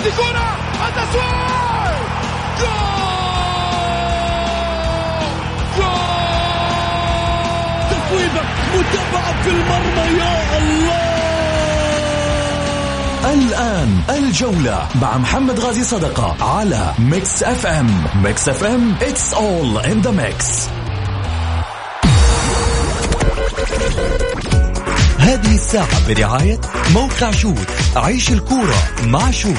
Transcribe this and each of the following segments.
هذه كرة التسويق جول تسويبة متابعة في المرمى يا الله. الآن الجولة مع محمد غازي صدقة على ميكس اف ام. ميكس اف ام it's all in the mix. هذه الساعة برعاية موقع شوت. عيش الكورة مع شوت.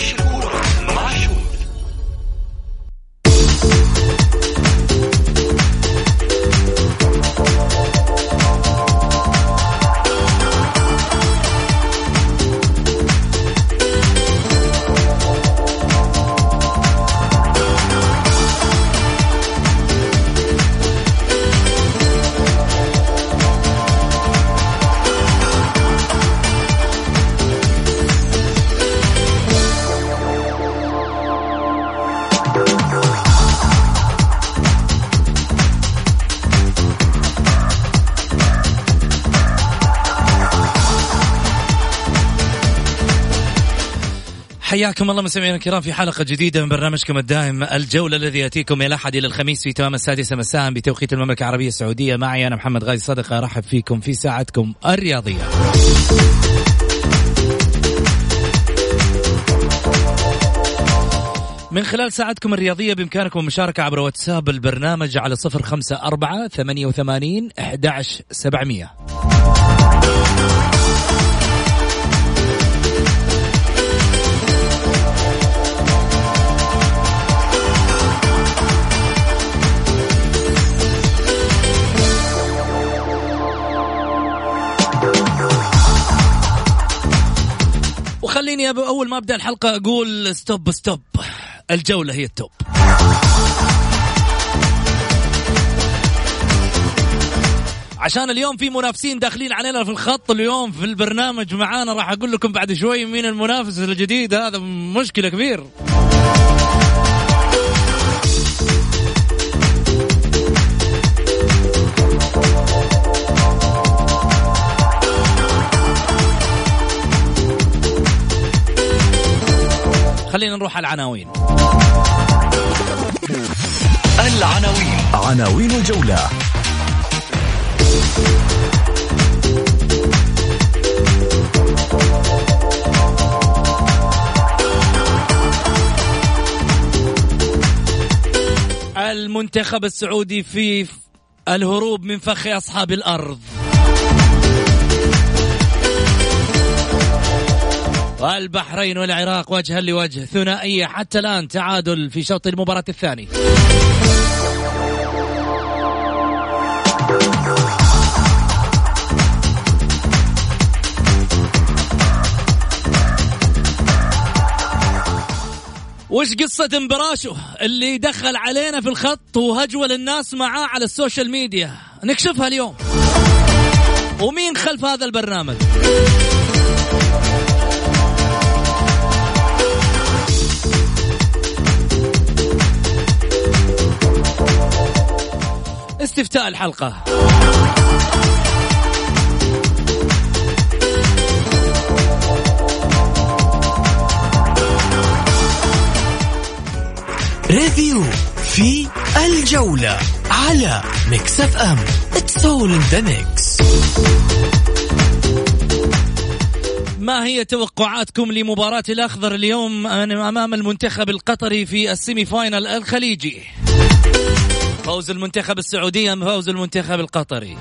حياكم الله مستمعينا الكرام في حلقة جديدة من برنامجكم الدائم الجولة، الذي يأتيكم من الأحد إلى الخميس في تمام 6 مساء بتوقيت المملكة العربية السعودية. معي أنا محمد غازي صدقة، أرحب فيكم في ساعتكم الرياضية. من خلال ساعتكم الرياضية بإمكانكم المشاركة عبر واتساب البرنامج على 0548811700. خليني أول ما أبدأ الحلقة أقول ستوب، الجولة هي التوب. عشان اليوم في منافسين داخلين علينا في الخط اليوم في البرنامج معانا، راح أقول لكم بعد شوي مين المنافس الجديد. هذا مشكلة كبير. خلينا نروح على العناوين. عناوين الجولة. المنتخب السعودي في الهروب من فخ أصحاب الأرض. والبحرين والعراق وجها لوجه، ثنائية حتى الآن، تعادل في شوط المباراة الثاني. وش قصة امبراشو اللي دخل علينا في الخط وهجول الناس معاه على السوشيال ميديا؟ نكشفها اليوم. ومين خلف هذا البرنامج؟ استفتاء الحلقة. ريفيو في الجولة على ميكس اف ام. It's all in the mix. ما هي توقعاتكم لمباراة الأخضر اليوم أمام المنتخب القطري في السيمي فاينل الخليجي؟ فوز المنتخب السعودي أم فوز المنتخب القطري؟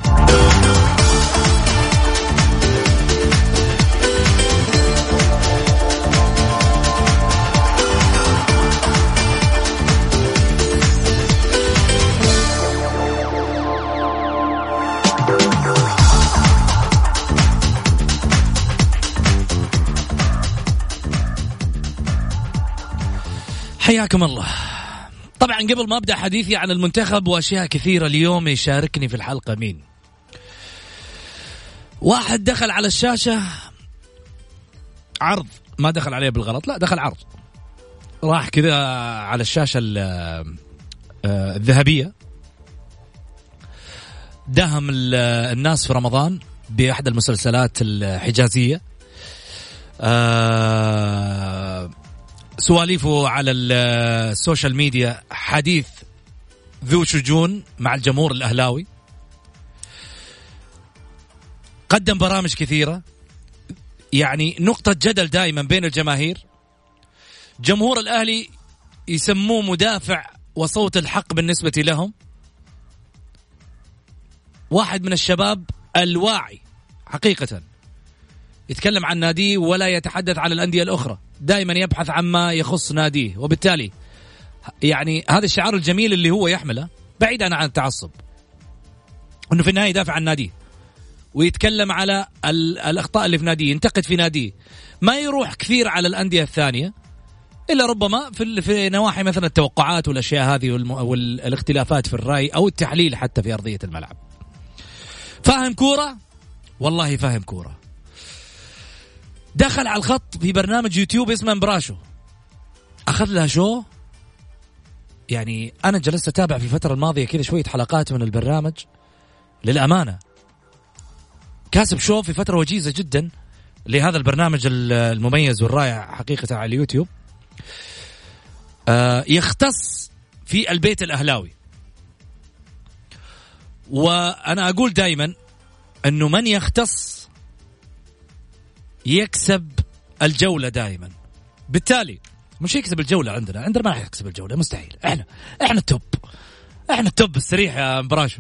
حياكم الله. طبعا قبل ما أبدأ حديثي عن المنتخب وأشياء كثيرة اليوم يشاركني في الحلقة مين؟ واحد دخل على الشاشة عرض، ما دخل عليه بالغلط، لا دخل عرض، راح كذا على الشاشة الذهبية، دهم الناس في رمضان بأحد المسلسلات الحجازية، سواليفه على السوشيال ميديا حديث ذو شجون مع الجمهور الأهلاوي، قدم برامج كثيرة، يعني نقطة جدل دائما بين الجماهير. جمهور الأهلي يسموه مدافع وصوت الحق بالنسبة لهم، واحد من الشباب الواعي حقيقة، يتكلم عن ناديه ولا يتحدث على الأندية الأخرى، دائما يبحث عما يخص ناديه، وبالتالي يعني هذا الشعار الجميل اللي هو يحمله بعيدا عن التعصب، أنه في النهاية يدافع عن ناديه ويتكلم على الأخطاء اللي في ناديه، ينتقد في ناديه، ما يروح كثير على الأندية الثانية إلا ربما في نواحي مثلا التوقعات والأشياء هذه والاختلافات في الرأي أو التحليل حتى في أرضية الملعب. فاهم كورة، والله فاهم كورة. دخل على الخط في برنامج يوتيوب اسمه مبراشو، أخذ لها شو، يعني أنا جلست أتابع في الفترة الماضية كده شوية حلقات من البرنامج، للأمانة كاسب شو في فترة وجيزة جدا لهذا البرنامج المميز والرائع حقيقة على اليوتيوب. يختص في البيت الأهلاوي، وأنا أقول دايما أنه من يختص يكسب الجولة دائما، بالتالي مش يكسب الجولة، عندنا ما راح يكسب الجولة، مستحيل. احنا التوب السريح يا مبراشو.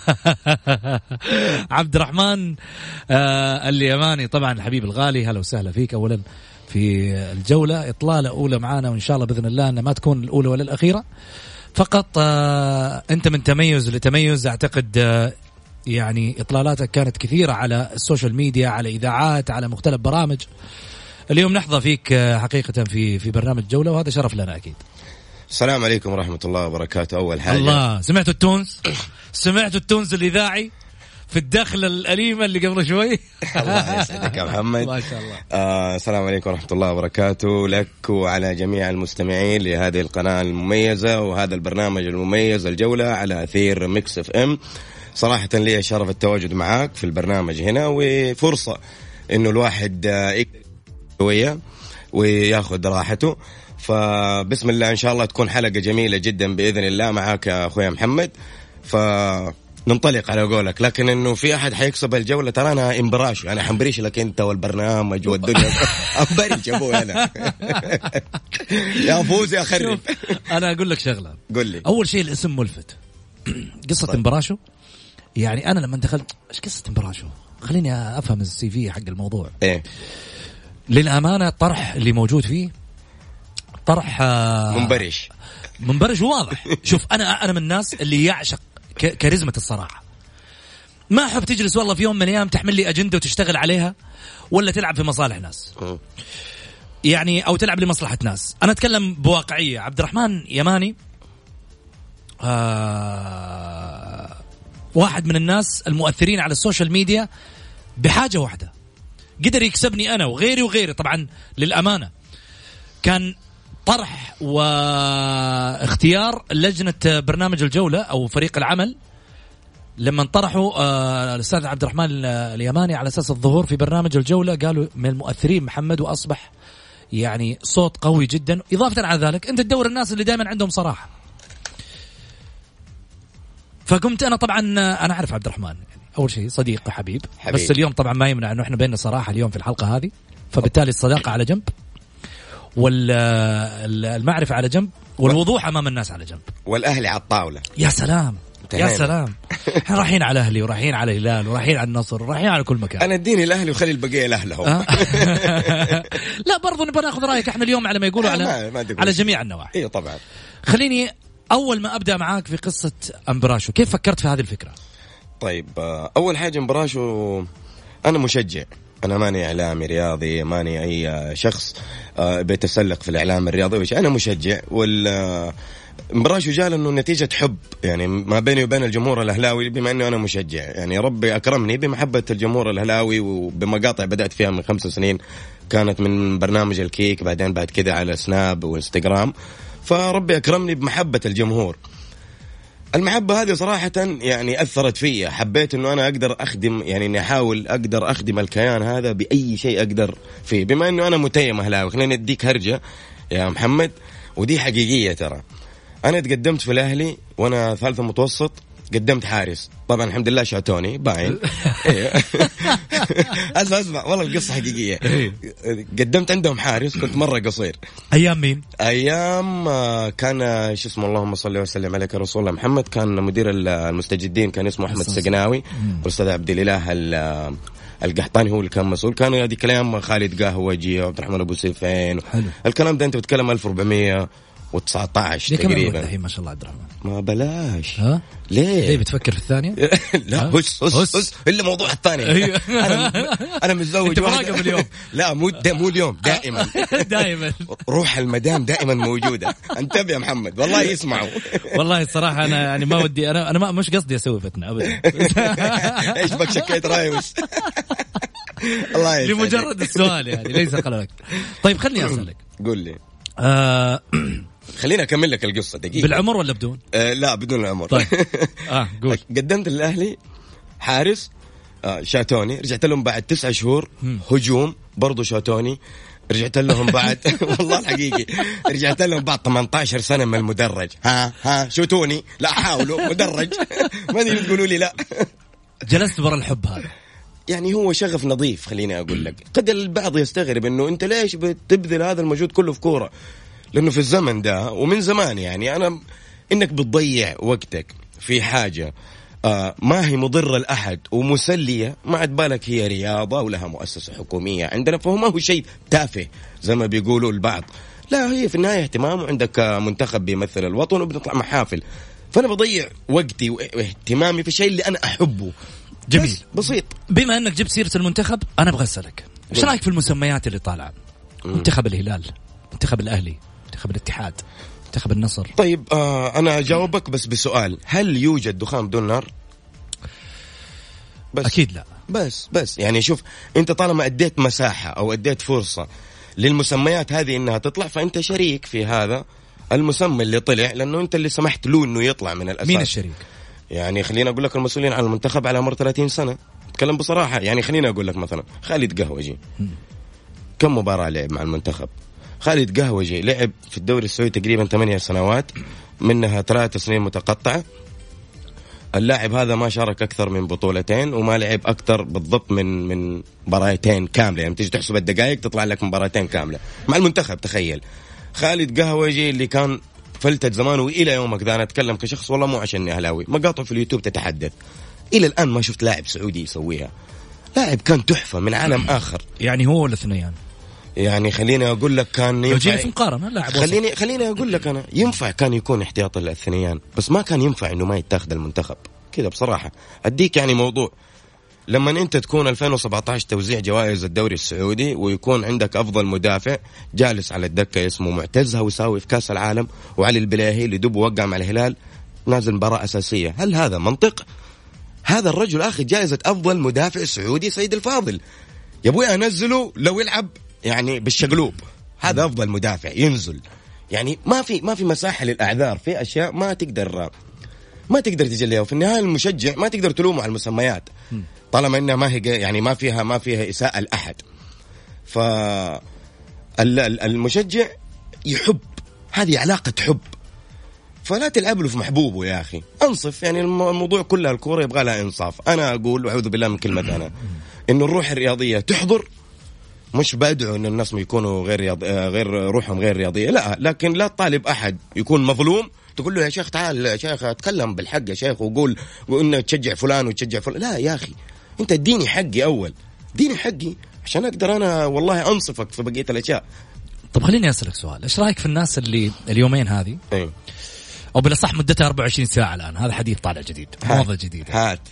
عبد الرحمن اليماني طبعا الحبيب الغالي، هلا وسهلا فيك أولا في الجولة، إطلالة أولى معانا، وإن شاء الله بإذن الله أن ما تكون الأولى ولا الأخيرة، فقط أنت من تميز لتميز. أعتقد يعني إطلالاتك كانت كثيرة على السوشيال ميديا، على إذاعات، على مختلف برامج. اليوم نحظى فيك حقيقة في برنامج جولة، وهذا شرف لنا أكيد. السلام عليكم ورحمة الله وبركاته. أول حاجة الله، سمعتوا التونس؟ سمعتوا التونس الإذاعي في الدخلة الأليمة اللي قبل شوي؟ الله يسعدك يا محمد. ما شاء الله. السلام عليكم ورحمة الله وبركاته لك وعلى جميع المستمعين لهذه القناة المميزة وهذا البرنامج المميز الجولة على أثير ميكس اف ام. صراحة لي شرف التواجد معاك في البرنامج هنا، وفرصة إنه الواحد شوية وياخذ راحته. فبسم الله إن شاء الله تكون حلقة جميلة جدا بإذن الله معاك يا أخويا محمد. فننطلق على قولك، لكن إنه في أحد حيكسب الجولة ترى أنا إمبراش، أنا حنبريش لك أنت والبرنامج والدنيا. أمبريش أبوي أنا. يا فوزي أخرب. أنا أقول لك شغلة، قل لي. أول شيء الاسم ملفت، قصة إمبراشو. يعني أنا لما دخلت إيش قصة إمبراشو، خليني أفهم السي في حق الموضوع. إيه للأمانة الطرح اللي موجود فيه طرح منبرش واضح. شوف أنا من الناس اللي يعشق كاريزمة الصراحة، ما أحب تجلس والله في يوم من الأيام تحمل لي أجندة وتشتغل عليها، ولا تلعب في مصالح ناس يعني، أو تلعب لمصلحة ناس. أنا أتكلم بواقعية. عبد الرحمن يماني واحد من الناس المؤثرين على السوشيال ميديا بحاجة واحدة، قدر يكسبني أنا وغيري. طبعا للأمانة كان طرح واختيار لجنة برنامج الجولة أو فريق العمل لما انطرحوا الأستاذ عبد الرحمن اليماني على أساس الظهور في برنامج الجولة، قالوا من المؤثرين محمد، وأصبح يعني صوت قوي جدا. إضافة على ذلك أنت تدور الناس اللي دائما عندهم صراحة، فقمت أنا طبعا أنا أعرف عبد الرحمن يعني أول شيء صديق وحبيب، بس اليوم طبعا ما يمنع أنه إحنا بيننا صراحة اليوم في الحلقة هذه، فبالتالي الصداقة على جنب والمعرفة على جنب والوضوح أمام الناس على جنب، والأهلي على الطاولة. يا سلام يا سلام. احنا رايحين على أهلي ورايحين على الهلال ورايحين على النصر ورايحين على كل مكان. أنا اديني الأهلي وخلي البقية لأهلهم. لا برضو نبغى ناخذ رأيك احنا اليوم على ما يقولوا على جميع النواحي. ايوه طبعا. خليني أول ما أبدأ معاك في قصة إمبراشو، كيف فكرت في هذه الفكرة؟ طيب أول حاجة إمبراشو أنا مشجع، أنا ماني إعلامي رياضي، ماني أي شخص بيتسلق في الإعلام الرياضي، أنا مشجع. إمبراشو جاء لأنه نتيجة حب يعني ما بيني وبين الجمهور الأهلاوي، بما أنه أنا مشجع يعني ربي أكرمني بمحبة الجمهور الأهلاوي، وبمقاطع بدأت فيها من 5 سنين، كانت من برنامج الكيك، بعدين بعد كده على سناب وإنستغرام، فربي أكرمني بمحبة الجمهور. المحبة هذه صراحة يعني أثرت فيا، حبيت أنه أنا أقدر أخدم، يعني أني أحاول أقدر أخدم الكيان هذا بأي شيء أقدر فيه، بما أنه أنا متيم أهلاوي. خليني أديك هرجة يا محمد، ودي حقيقية ترى. أنا تقدمت في الأهلي وأنا ثالثة متوسط، قدمت حارس، طبعا الحمد لله شاتوني باين. اسمع والله القصة حقيقية. قدمت عندهم حارس، كنت مرة قصير. أيام مين؟ أيام كان شو اسمه، اللهم صل وسلم عليك يا رسول الله محمد، كان مدير المستجدين كان اسمه أحمد السقناوي، والأستاذ عبد الإله القحطاني هو اللي كان مسؤول. كانوا هذه كلام خالد قهوجي وعبد الرحمن أبو سيفين. الكلام ده أنت بتتكلم 1419 تقريبا. الحين ما شاء الله عبد الرحمن. ما بلاش. ها؟ ليه بتفكر في الثانية؟ لا هس إلا موضوع الثاني. أنا متزوج. أنت مراقب اليوم؟ لا مو اليوم، دائما. دائما روح المدام دائما موجودة. انتبه يا محمد والله يسمعوا. والله الصراحة أنا يعني ما ودي، أنا ما مش قصدي أسوي فتنة أبدا. إيش بك شكيت رايوس؟ الله يسعدك. لمجرد السؤال يعني ليس قلقك. طيب خلني أسألك. قول لي. خلينا أكمل لك القصة دقيقة. بالعمر ولا بدون؟ لا بدون العمر. طيب. قول. قدمت للأهلي حارس، شاتوني، رجعت لهم بعد 9 شهور. هجوم برضو شاتوني، رجعت لهم بعد والله الحقيقي رجعت لهم بعد 18 سنة من المدرج. ها شوتوني، لا حاولوا مدرج. ما ادري تقولوا لي لا. جلست برا الحب هذا، يعني هو شغف نظيف. خليني أقول لك، قد البعض يستغرب إنه أنت ليش بتبذل هذا المجهود كله في كورة، لأنه في الزمن ده ومن زمان يعني أنا إنك بتضيع وقتك في حاجة ما هي مضرة لأحد ومسلية، ما عاد بالك هي رياضة ولها مؤسسة حكومية عندنا، فهو ما هو شيء تافه زي ما بيقولوا البعض. لا، هي في النهاية اهتمام، وعندك منتخب بيمثل الوطن وبنطلع محافل، فأنا بضيع وقتي واهتمامي في الشيء اللي أنا أحبه. جميل، بسيط. بما أنك جبت سيرة المنتخب، أنا أبغى أسألك إيش رأيك في المسميات اللي طالعة؟ منتخب الهلال، منتخب الأهلي، منتخب الاتحاد، منتخب النصر. طيب أنا أجاوبك بس بسؤال، هل يوجد دخان بدون نار؟ بس أكيد لا. بس يعني شوف، أنت طالما أديت مساحة أو أديت فرصة للمسميات هذه إنها تطلع، فأنت شريك في هذا المسمى اللي طلع، لأنه أنت اللي سمحت له إنه يطلع من الأساس. مين الشريك؟ يعني خلينا أقول لك المسؤولين عن المنتخب على مر 30 سنة. أتكلم بصراحة، يعني خلينا أقول لك مثلا خالد قهوجي كم مباراة لعب مع المنتخب؟ خالد قهوجي لعب في الدوري السعودي تقريبا 8 سنوات، منها 3 سنين متقطعة. اللاعب هذا ما شارك أكثر من بطولتين، وما لعب أكثر بالضبط من مباراتين كاملة. يعني تيجي تحسب الدقائق تطلع لك مباراتين كاملة مع المنتخب. تخيل خالد قهوجي اللي كان فلتت زمان، وإلى يومك ذا أنا أتكلم كشخص والله مو عشان أهلاوي، مقاطع في اليوتيوب تتحدث، إلى الآن ما شفت لاعب سعودي يسويها. لاعب كان تحفة من عالم آخر. يعني هو الاثنين، يعني خليني أقول لك كان ينفع في مقارنة لاعب. خليني أقول لك أنا ينفع كان يكون احتياطي للثنيان، بس ما كان ينفع إنه ما يتاخذ المنتخب كذا بصراحة. أديك يعني موضوع، لما أنت تكون 2017 توزيع جوائز الدوري السعودي ويكون عندك أفضل مدافع جالس على الدكة اسمه معتز هوساوي في كأس العالم، وعلي البلاهي اللي دوب وقع مع الهلال نازل مباراة أساسية، هل هذا منطق؟ هذا الرجل أخذ جائزة أفضل مدافع سعودي سيد الفاضل، يا أبوي أنزله لو يلعب يعني بالشقلوب، هذا أفضل مدافع ينزل. يعني ما في مساحة للأعذار، في أشياء ما تقدر تجليها. وفي النهاية المشجع ما تقدر تلومه على المسميات طالما إنها ما هي يعني ما فيها إساءة لأحد. فالمشجع يحب، هذه علاقة حب، فلا تلعب له في محبوبه يا أخي، أنصف. يعني الموضوع كله الكورة يبغى لها إنصاف. أنا أقول وأعوذ بالله من كلمة أنا، إنه الروح الرياضية تحضر، مش بدعو إن الناس يكونوا غير روحهم غير رياضية، لا، لكن لا تطالب أحد يكون مظلوم تقول له يا شيخ تعال يا شيخ اتكلم بالحق يا شيخ وقول وإنه تشجع فلان وتشجع فلان. لا يا أخي، أنت اديني حقي أول، اديني حقي عشان أقدر أنا والله أنصفك في بقية الأشياء. طب خليني أسألك سؤال، إيش رأيك في الناس اللي اليومين هذه أو بالأصح مدتها 24 ساعة الآن، هذا حديث طالع جديد، موضة جديدة، هات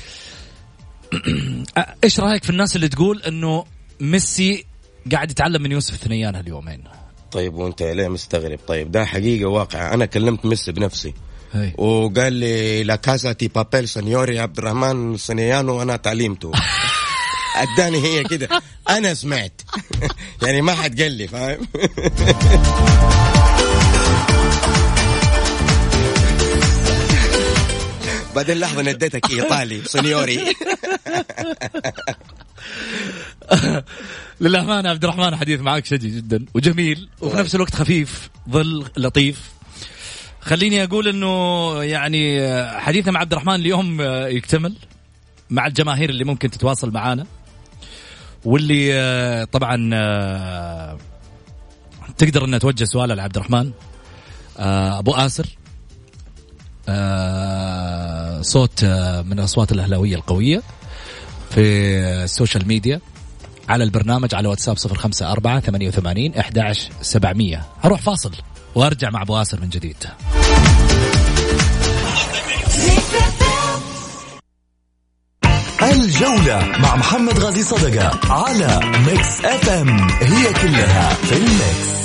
إيش رأيك في الناس اللي تقول إنه ميسي قاعد يتعلم من يوسف ثنيان هاليومين؟ طيب وانت ليه مستغرب؟ طيب ده حقيقة واقع. أنا كلمت ميسي بنفسي وقال لي لا كاسا تي بابيل سنيوري عبد الرحمن سنيانو أنا تعليمته. أداني هي كده، أنا سمعت. يعني ما حد قال لي، فاهم؟ بعدين لحظة نديتك إيطالي سنيوري. للأمانة عبد الرحمن حديث معك شجي جدا وجميل وفي نفس الوقت خفيف ظل لطيف. خليني أقول أنه يعني حديثنا مع عبد الرحمن اليوم يكتمل مع الجماهير اللي ممكن تتواصل معانا، واللي طبعا تقدر أن توجه سؤال لعبد الرحمن. أبو آسر صوت من أصوات الأهلاوية القوية في السوشيال ميديا، على البرنامج على واتساب 0548811700. هروح فاصل وارجع مع أبو آسر من جديد. الجولة مع محمد غازي صدقة على ميكس اف ام، هي كلها في الميكس.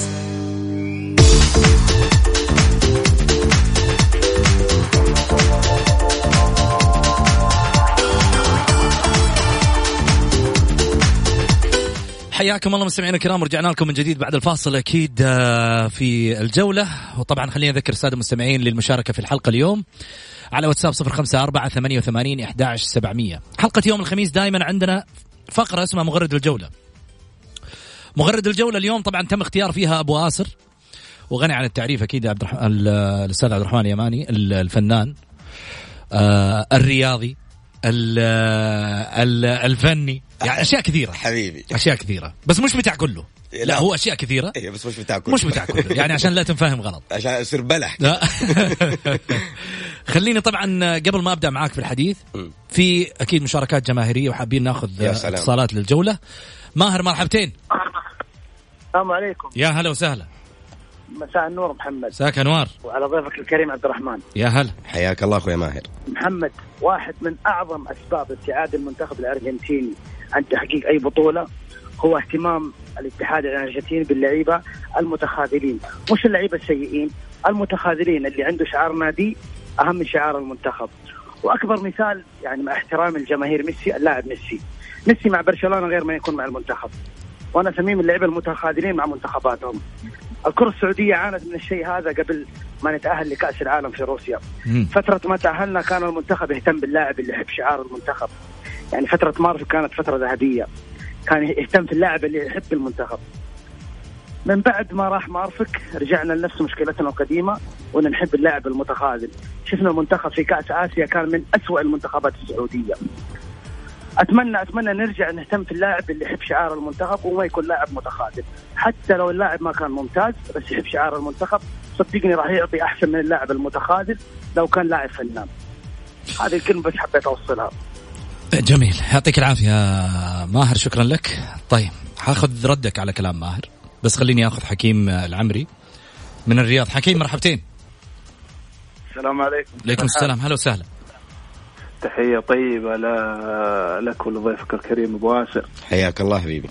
حياكم الله مستمعينا الكرام، ورجعنا لكم من جديد بعد الفاصل أكيد في الجولة. وطبعا خلينا نذكر السادة المستمعين للمشاركة في الحلقة اليوم على واتساب 0548811700. حلقة يوم الخميس دائما عندنا فقرة اسمها مغرد الجولة. مغرد الجولة اليوم طبعا تم اختيار فيها أبو آسر، وغني عن التعريف أكيد الأستاذ عبد الرحمن اليماني، الفنان الرياضي الفني، يعني أشياء كثيرة حبيبي، أشياء كثيرة، بس مش بتاع كله. لا هو أشياء كثيرة بس مش بتاع كله، مش بتاع كله يعني عشان لا تنفهم غلط، عشان أصير بلح. لا خليني طبعا قبل ما أبدأ معاك في الحديث، في أكيد مشاركات جماهيرية وحابين ناخذ اتصالات للجولة. ماهر مرحبتين. السلام عليكم. يا هلا وسهلا. مساء النور محمد. مساك أنوار. وعلى ضيفك الكريم عبد الرحمن. يا هلا. حياك الله أخوي ماهر. محمد، واحد من أعظم أسباب ابتعاد المنتخب الأرجنتيني عن تحقيق أي بطولة هو اهتمام الاتحاد الأرجنتيني باللعيبة المتخاذلين، مش اللعيبة السيئين، المتخاذلين اللي عنده شعار نادي أهم من شعار المنتخب. وأكبر مثال يعني مع احترام الجماهير ميسي، اللاعب ميسي مع برشلونة غير ما يكون مع المنتخب، وأنا أسميه من اللعيبة المتخاذلين مع منتخباتهم. الكرة السعودية عانت من الشيء هذا قبل ما نتأهل لكأس العالم في روسيا. فترة ما تأهلنا كان المنتخب يهتم باللاعب اللي يحب شعار المنتخب، يعني فترة مارفك كانت فترة ذهبية، كان يهتم في اللاعب اللي يحب المنتخب. من بعد ما راح مارفك رجعنا لنفس مشكلتنا القديمة، ونحب اللاعب المتخاذل. شفنا المنتخب في كأس آسيا كان من أسوأ المنتخبات السعودية. أتمنى نرجع نهتم في اللاعب اللي يحب شعار المنتخب وما يكون لاعب متخاذل، حتى لو اللاعب ما كان ممتاز بس يحب شعار المنتخب، صدقني راح يعطي أحسن من اللاعب المتخاذل لو كان لاعب فنان. هذه الكلمة بس حبيت أوصلها. جميل، يعطيك العافية ماهر، شكرا لك. طيب هاخذ ردك على كلام ماهر، بس خليني أخذ حكيم العمري من الرياض. حكيم مرحبتين. السلام عليكم. عليكم السلام، هلا وسهلا. تحية طيبة لك ولضيفك الكريم أبو آسر. حياك الله حبيبي.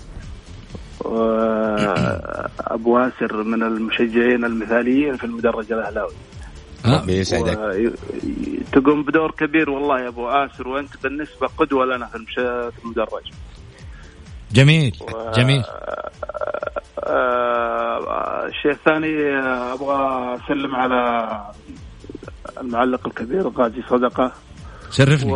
أبو آسر من المشجعين المثاليين في المدرج الأهلاوي. بيسعدك. تقوم بدور كبير والله يا أبو آسر، وأنت بالنسبة قدوة لنا في المدرج. جميل جميل. الشيء الثاني أبغى أسلم على المعلق الكبير غازي صدقة، شرفني.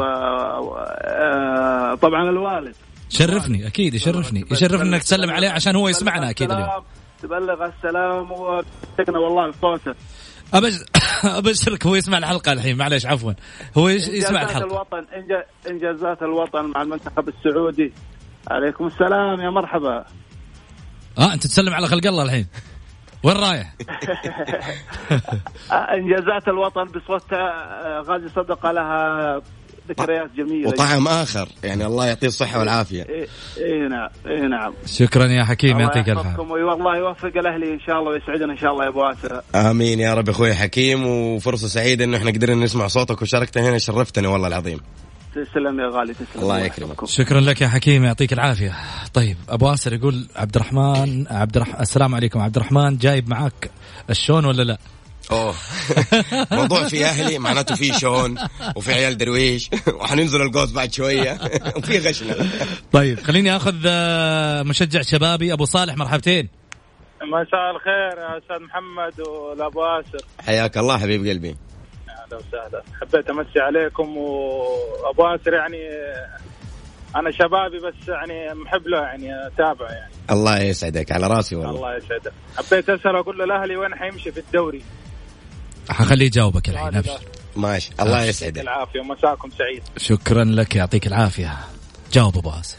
طبعا الوالد شرفني، أكيد يشرفني إنك تسلم عليه عشان هو يسمعنا أكيد اليوم. تبلغ السلام وتقنا والله الصوت. أبشرك هو يسمع الحلقة الحين، معلش عفوا، هو يسمع الحلقة. إنجازات الوطن مع المنتخب السعودي. عليكم السلام، يا مرحبا. أنت تسلم على خلق الله الحين، وين رايح؟ إنجازات الوطن بصوت غازي صدقة لها ذكريات جميلة وطعم آخر، يعني الله يعطيه الصحة والعافية. إيه نعم. شكرا يا حكيم، يعطيك العافية. والله يوفق الأهلي إن شاء الله ويسعدنا إن شاء الله يا أبو آسر. آمين يا رب أخوي حكيم، وفرصة سعيدة إنه إحنا قدرنا نسمع صوتك وشاركتنا هنا، شرفتني والله العظيم. تسلم يا غالي، تسلم. الله يكرمك. شكرا لك يا حكيم، يعطيك العافية. طيب أبو آسر يقول عبد الرحمن السلام عليكم عبد الرحمن، جايب معاك الشون ولا لا؟ موضوع في أهلي معناته في شون وفي عيال درويش وحننزل القوس بعد شوية وفي غشنا. طيب خليني أخذ مشجع شبابي أبو صالح، مرحبتين. مساء الخير يا أستاذ محمد والأبو آسر. حياك الله حبيب قلبي. أهلا وسهلا. حبيت أمسي عليكم، وأبو آسر يعني انا شبابي بس يعني محب له يعني اتابعه يعني. الله يسعدك على راسي والله. الله يسعدك. حبيت اسال اقول له الاهلي وين حيمشي في الدوري؟ حخليه يجاوبك الحين. ماشي الله يسعدك. العافيه ومساكم سعيد. شكرا لك يعطيك العافيه. جاوب ابو آسر.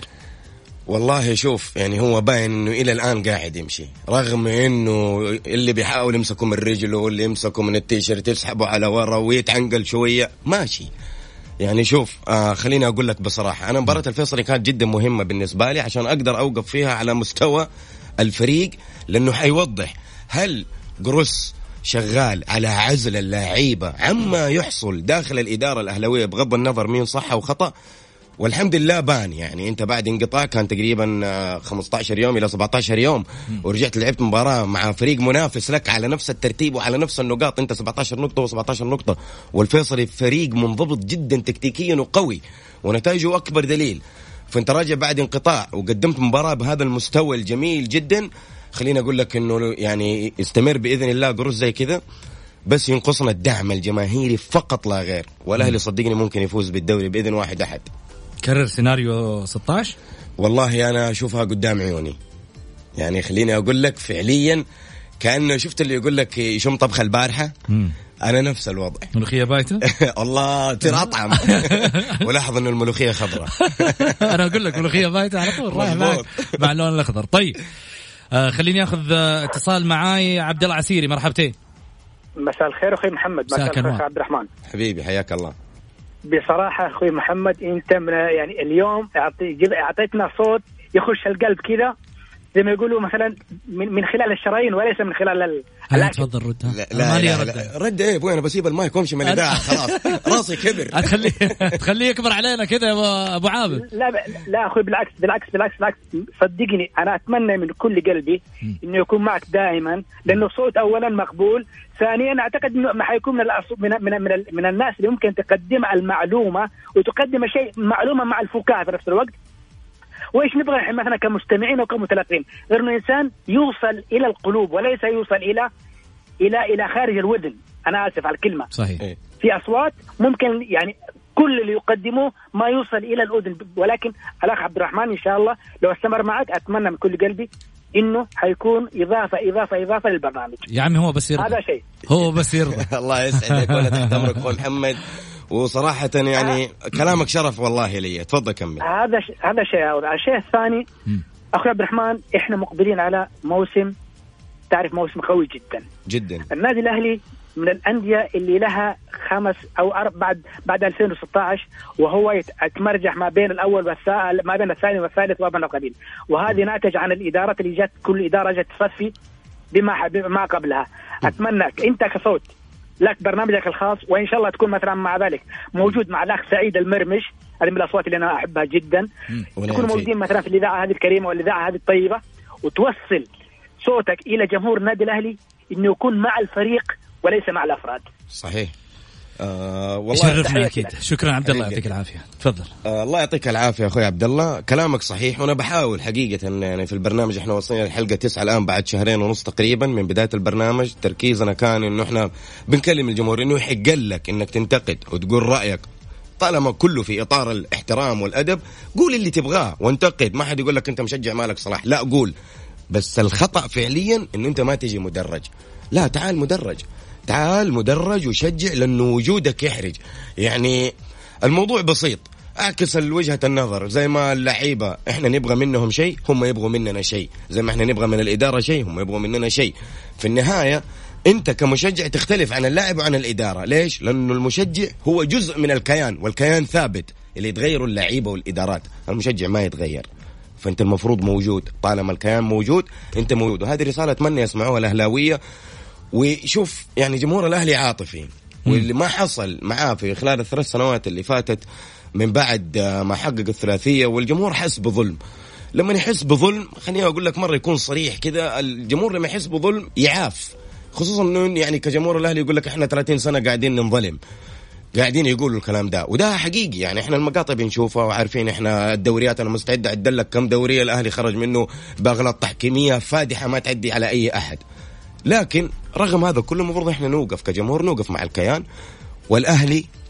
والله شوف يعني هو باين انه الى الان قاعد يمشي رغم انه اللي بيحاول يمسكه من رجله واللي يمسكه من التيشيرت يسحبه على ورا ويتعنقل شويه ماشي. يعني شوف خليني اقول لك بصراحه انا مباراه الفيصلي كانت جدا مهمه بالنسبه لي عشان اقدر اوقف فيها على مستوى الفريق لانه حيوضح هل قروس شغال على عزل اللاعيبه عما يحصل داخل الاداره الاهلاويه بغض النظر مين صح وخطا. والحمد لله بان يعني انت بعد انقطاع كان تقريبا 15 يوم الى 17 يوم ورجعت لعبت مباراه مع فريق منافس لك على نفس الترتيب وعلى نفس النقاط. انت 17 نقطه و17 نقطه والفيصلي فريق منضبط جدا تكتيكيا وقوي ونتائجه اكبر دليل. فانت راجع بعد انقطاع وقدمت مباراه بهذا المستوى الجميل جدا. خليني اقول لك انه يعني استمر باذن الله قروس زي كذا بس ينقصنا الدعم الجماهيري فقط لا غير. والاهلي صدقني ممكن يفوز بالدوري باذن واحد احد. كرر سيناريو 16. والله أنا أشوفها قدام عيوني يعني خليني أقول لك فعليا كأنه شفت اللي يقول لك يشم طبخ البارحة أنا نفس الوضع. ملوخية بايتة. الله ترى أطعم. ولاحظ إنه الملوخية خضراء. أنا أقول لك ملوخية بايتة على طول رايح معك مع اللون الأخضر. طيب خليني أخذ اتصال معاي عبد الله عسيري. مرحبتين. مساء الخير أخوي محمد. مساء الخير عبد الرحمن. حبيبي حياك الله. بصراحة أخوي محمد أنت من يعني اليوم أعطيتنا صوت يخش القلب كذا زي ما يقولوا مثلا من خلال الشرايين وليس من خلال الأكل. تفضل رد. لا رد إيه أبوي أنا بسيب المايك وامشي من الإذاعة خلاص راسي كبر. تخليه يكبر علينا كذا يا أبو عابد. لا أخوي بالعكس صدقني أنا أتمنى من كل قلبي إنه يكون معك دائما لأنه صوت أولا مقبول. ثانيا أعتقد إنه ما حيكون من الناس اللي ممكن تقدم المعلومة وتقدم شيء معلومة مع الفكاهة في نفس الوقت. وإيش نبغى نحن مثلا كمستمعين وكمتلقين غير إنه إنسان يوصل إلى القلوب وليس يوصل إلى خارج الودن. أنا آسف على الكلمة. صحيح. في أصوات ممكن يعني كل اللي يقدمه ما يوصل إلى الأذن ولكن الأخ عبد الرحمن إن شاء الله لو استمر معك أتمنى من كل قلبي إنه حيكون إضافة للبرنامج. يا عمي هو بس يرضى. هذا شيء. هو بس يرضى. الله يسعدك ولا تحت أمرك أخوي محمد. وصراحة يعني كلامك شرف والله لي. تفضل كمل. هذا شيء. الشيء الثاني أخوي عبد الرحمن إحنا مقبلين على موسم تعرف موسم قوي جدا. النادي الأهلي من الأندية اللي لها 5 أو 4 بعد 2016 وهو يتمرجح ما بين الأول ما بين الثاني والثالث وابن قبيل. وهذه ناتج عن الإدارات اللي جت كل إدارة جت تصفي بما قبلها. أتمنىك أنت كصوت لك برنامجك الخاص وإن شاء الله تكون مثلا مع ذلك موجود مع الأخ سعيد المرمش. هذه من الأصوات اللي أنا أحبها جدا. تكونوا موجودين مثلا في الإذاعة هذه الكريمة والإذاعة هذه الطيبة وتوصل صوتك إلى جمهور النادي الأهلي إنه يكون مع الفريق وليس مع الأفراد. صحيح. والله شرفنا أكيد. شكرا عبد الله يعطيك العافية. تفضل. الله يعطيك العافية أخوي عبد الله. كلامك صحيح وأنا بحاول حقيقة يعني في البرنامج إحنا وصلنا للحلقة 9 الآن بعد 2.5 تقريبا من بداية البرنامج. تركيزنا كان إنه إحنا بنكلم الجمهور إنه يحق لك إنك تنتقد وتقول رأيك طالما كله في إطار الاحترام والأدب. قول اللي تبغاه وانتقد. ما حد يقول لك أنت مشجع مالك صلاح لا قول. بس الخطأ فعليا إنه أنت ما تجي مدرج. لا تعال مدرج وشجع لأنه وجودك يحرج. يعني الموضوع بسيط. أعكس وجهة النظر زي ما اللعيبة إحنا نبغى منهم شيء هم يبغوا مننا شيء. زي ما إحنا نبغى من الإدارة شيء هم يبغوا مننا شيء. في النهاية أنت كمشجع تختلف عن اللاعب وعن الإدارة. ليش؟ لأنه المشجع هو جزء من الكيان والكيان ثابت. اللي يتغيروا اللعيبة والإدارات. المشجع ما يتغير. فأنت المفروض موجود. طالما الكيان موجود أنت موجود. وهذه رسالة أتمنى يسمعوها الأهلاوية. وشوف يعني جمهور الأهلي عاطفي واللي ما حصل معاه في خلال ال3 سنوات اللي فاتت من بعد ما حقق الثلاثية والجمهور حس بظلم. لما يحس بظلم خليني أقول لك مرة يكون صريح كذا. الجمهور لما يحس بظلم يعاف خصوصا إنه يعني كجمهور الأهلي يقول لك إحنا 30 سنة قاعدين ننظلم. قاعدين يقولوا الكلام ده وده حقيقي. يعني إحنا المقاطع بنشوفها وعارفين إحنا الدوريات. أنا مستعد أعدلك كم دورية الأهلي خرج منه بأغلاط تحكيمية فادحة ما تعدي على أي أحد. لكن رغم هذا كله المفروض إحنا نوقف كجمهور نوقف مع الكيان. والأهلي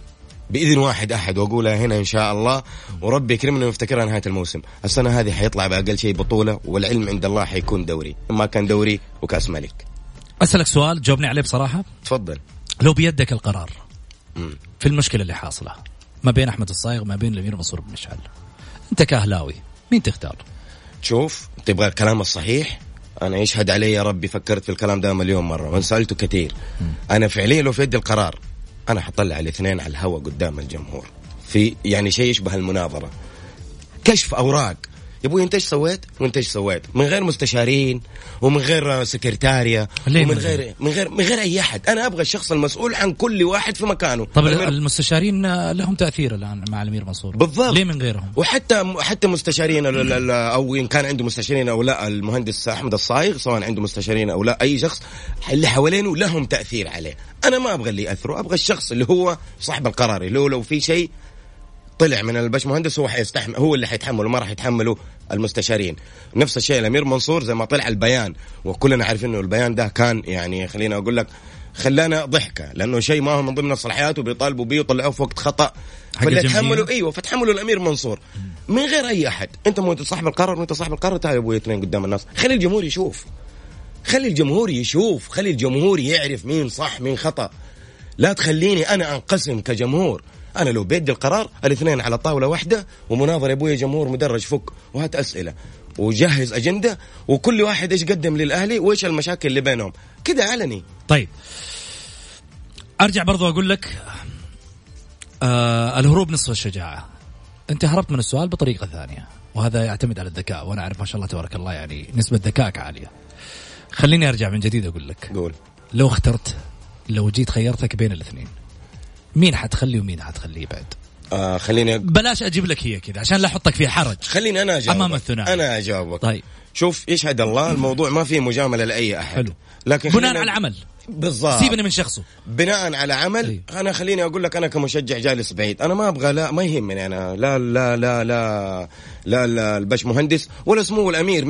باذن واحد احد واقولها هنا ان شاء الله، وربي يكرمنا ونفتكرها نهايه الموسم. السنه هذه حيطلع باقل شيء بطوله، والعلم عند الله حيكون دوري، ما كان دوري وكاس ملك. اسالك سؤال جاوبني عليه بصراحه. تفضل. لو بيدك القرار في المشكله اللي حاصله ما بين احمد الصايغ وما بين الامير منصور بن مشعل، انت كاهلاوي مين تختار؟ شوف تبغى الكلام الصحيح، انا يشهد علي يا ربي فكرت في الكلام ده مليون مره وسالته كثير. انا فعليا لو في يدي القرار انا حطلع الاثنين على الهواء قدام الجمهور، في يعني شيء يشبه المناظره، كشف اوراق. يا ابوي انت ايش سويت وانت ايش سويت، من غير مستشارين ومن غير سكرتاريا ومن غير اي احد. انا ابغى الشخص المسؤول عن كل واحد في مكانه. طب المستشارين لهم تاثير الان مع الامير منصور بالضبط، ليه من غيرهم؟ وحتى مستشارين او ان كان عنده مستشارين او لا، المهندس احمد الصايغ سواء عنده مستشارين او لا، اي شخص اللي حوالينه لهم تاثير عليه. انا ما ابغى اللي ياثروا، ابغى الشخص اللي هو صاحب القرار، اللي هو لو في شيء طلع من الباش مهندس هو حيستحمل، هو اللي حيتحمله، ما راح يتحمله المستشارين. نفس الشيء الامير منصور زي ما طلع البيان، وكلنا عارفين انه البيان ده كان يعني خلينا اقول لك خلانا ضحكه، لانه شيء ما هو من ضمن الصلاحيات وبيطالبوا به وطلعوه في وقت خطا، فاللي يتحملوا ايوه فتحملوا الامير منصور من غير اي احد. انت مو صاحب القرار وانت صاحب القرار، تعال يا ابوي اثنين قدام الناس، خلي الجمهور يشوف، خلي الجمهور يشوف، خلي الجمهور يعرف مين صح مين خطا. لا تخليني انا انقسم كجمهور. أنا لو بيدي القرار الاثنين على طاولة واحدة ومناظرة، أبويا جمهور مدرج فك وهات أسئلة وجهز أجندة وكل واحد إيش قدم للأهلي وإيش المشاكل اللي بينهم كده علني. طيب أرجع برضو أقول لك الهروب نصف الشجاعة. أنت هربت من السؤال بطريقة ثانية، وهذا يعتمد على الذكاء، وأنا أعرف ما شاء الله تبارك الله يعني نسبة ذكائك عالية. خليني أرجع من جديد أقول لك، قول. لو اخترت، لو جيت خيرتك بين الاثنين، مين حتخلي ومين حتخليه بعد؟ خليني بلاش أجيب لك هي كذا عشان لا أحطك في حرج. خليني أنا أجاوبك أمام الثنائي. أنا أجاوبك. طيب شوف يشهد الله الموضوع ما فيه مجاملة لأي أحد. حلو. لكن بناء على عمل بالضبط، سيبني من شخصه. بناء على عمل. أيوه. أنا خليني أقول لك أنا كمشجع جالس بعيد، أنا ما أبغى، لا ما يهمني أنا لا لا لا لا لا, لا البش مهندس ولا سمو الأمير